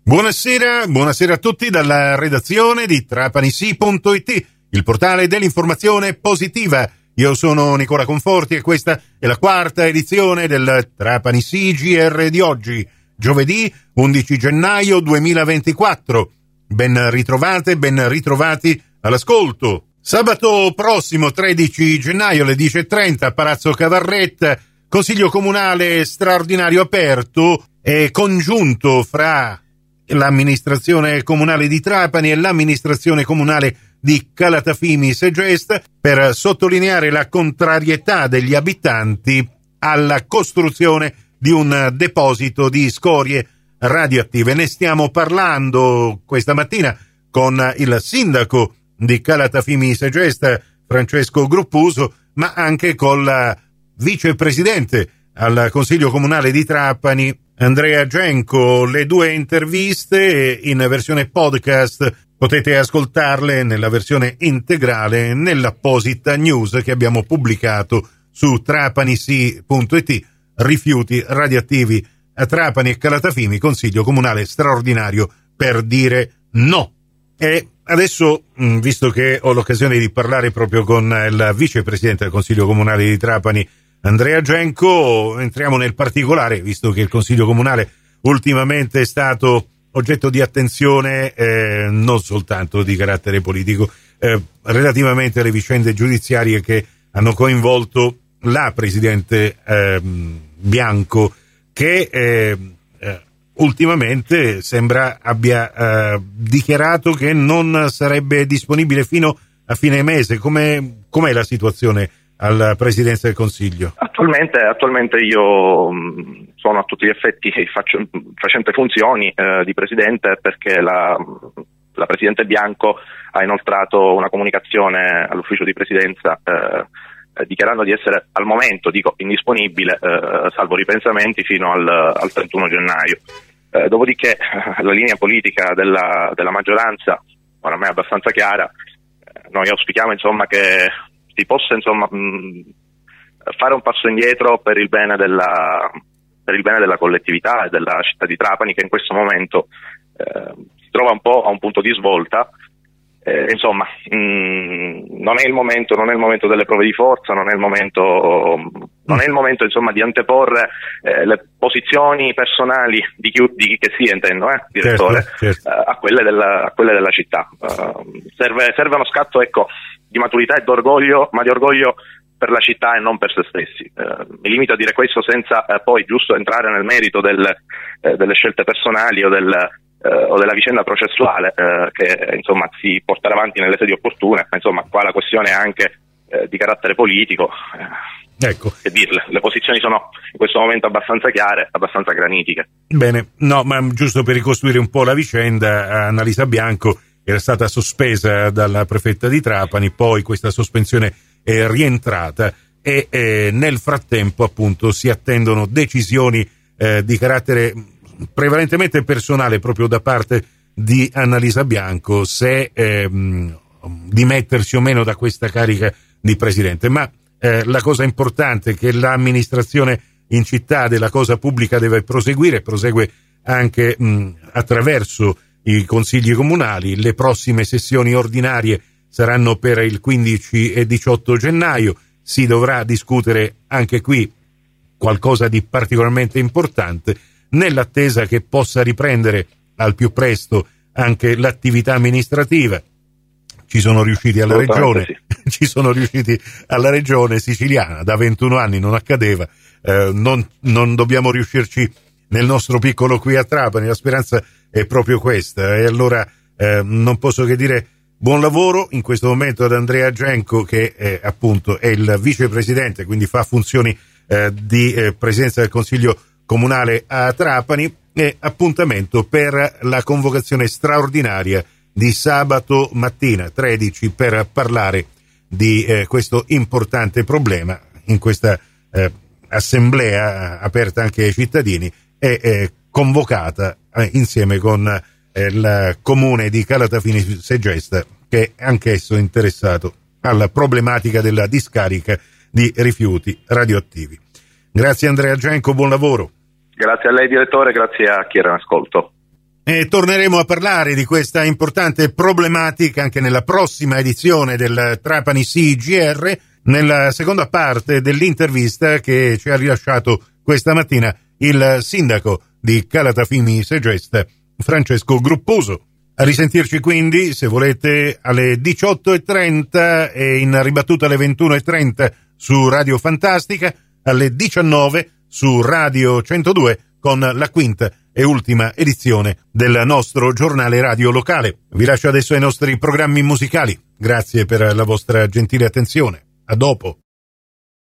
Buonasera a tutti dalla redazione di TrapaniSì.it, il portale dell'informazione positiva. Io sono Nicola Conforti e questa è la quarta edizione del Trapani Sì GR di oggi, giovedì 11 gennaio 2024. Ben ritrovate, ben ritrovati all'ascolto. Sabato prossimo 13 gennaio alle 10:30 a Palazzo Cavarretta, Consiglio Comunale straordinario aperto e congiunto fra l'amministrazione comunale di Trapani e l'amministrazione comunale di Calatafimi Segesta per sottolineare la contrarietà degli abitanti alla costruzione di un deposito di scorie radioattive. Ne stiamo parlando questa mattina con il sindaco di Calatafimi Segesta, Francesco Gruppuso, ma anche con la vicepresidente al Consiglio Comunale di Trapani, Andrea Genco. Le due interviste in versione podcast potete ascoltarle nella versione integrale nell'apposita news che abbiamo pubblicato su TrapaniSì.it. Rifiuti radioattivi a Trapani e Calatafimi, Consiglio Comunale straordinario per dire no. E adesso, visto che ho l'occasione di parlare proprio con il vicepresidente del Consiglio Comunale di Trapani, Andrea Genco, entriamo nel particolare, visto che il Consiglio Comunale ultimamente è stato oggetto di attenzione non soltanto di carattere politico, relativamente alle vicende giudiziarie che hanno coinvolto la Presidente Bianco, che ultimamente sembra abbia dichiarato che non sarebbe disponibile fino a fine mese. Com'è la situazione alla Presidenza del Consiglio? Attualmente io sono a tutti gli effetti facente funzioni di Presidente, perché la Presidente Bianco ha inoltrato una comunicazione all'Ufficio di Presidenza dichiarando di essere al momento, indisponibile, salvo ripensamenti, fino al 31 gennaio. Dopodiché la linea politica della maggioranza oramai è abbastanza chiara. Noi auspichiamo che si possa fare un passo indietro per il bene della collettività e della città di Trapani, che in questo momento si trova un po' a un punto di svolta. Non è il momento delle prove di forza, non è il momento di anteporre le posizioni personali di chi che sia, intendo, direttore, certo. A quelle della città. Serve uno scatto, di maturità e d'orgoglio, ma di orgoglio per la città e non per se stessi. Mi limito a dire questo senza poi giusto entrare nel merito delle scelte personali o della vicenda processuale che si porterà avanti nelle sedi opportune. Qua la questione è anche di carattere politico. Ecco. Che dirle, le posizioni sono in questo momento abbastanza chiare, abbastanza granitiche. Bene, no, ma giusto per ricostruire un po' la vicenda, Annalisa Bianco era stata sospesa dalla prefetta di Trapani, poi questa sospensione è rientrata e nel frattempo appunto si attendono decisioni di carattere prevalentemente personale proprio da parte di Annalisa Bianco, se dimettersi o meno da questa carica di presidente. Ma la cosa importante è che l'amministrazione in città della cosa pubblica deve prosegue anche attraverso i consigli comunali. Le prossime sessioni ordinarie saranno per il 15 e 18 gennaio. Si dovrà discutere anche qui qualcosa di particolarmente importante, nell'attesa che possa riprendere al più presto anche l'attività amministrativa. Ci sono riusciti alla regione siciliana, da 21 anni non accadeva, non dobbiamo riuscirci nel nostro piccolo qui a Trapani. La speranza è proprio questa, e allora non posso che dire buon lavoro in questo momento ad Andrea Genco, che appunto è il vicepresidente, quindi fa funzioni di presidenza del Consiglio Comunale a Trapani, e appuntamento per la convocazione straordinaria di sabato mattina 13 per parlare di questo importante problema in questa assemblea aperta anche ai cittadini e convocata insieme con il comune di Calatafimi Segesta, che è anch'esso interessato alla problematica della discarica di rifiuti radioattivi. Grazie Andrea Genco, buon lavoro. Grazie a lei direttore, grazie a chi era in ascolto. E torneremo a parlare di questa importante problematica anche nella prossima edizione del Trapani CGR, nella seconda parte dell'intervista che ci ha rilasciato questa mattina il sindaco di Calatafimi Segesta, Francesco Grupposo. A risentirci quindi, se volete, alle 18:30 e in ribattuta alle 21:30 su Radio Fantastica, alle 19 su Radio 102 con la quinta e ultima edizione del nostro giornale radio locale. Vi lascio adesso ai nostri programmi musicali. Grazie per la vostra gentile attenzione. A dopo.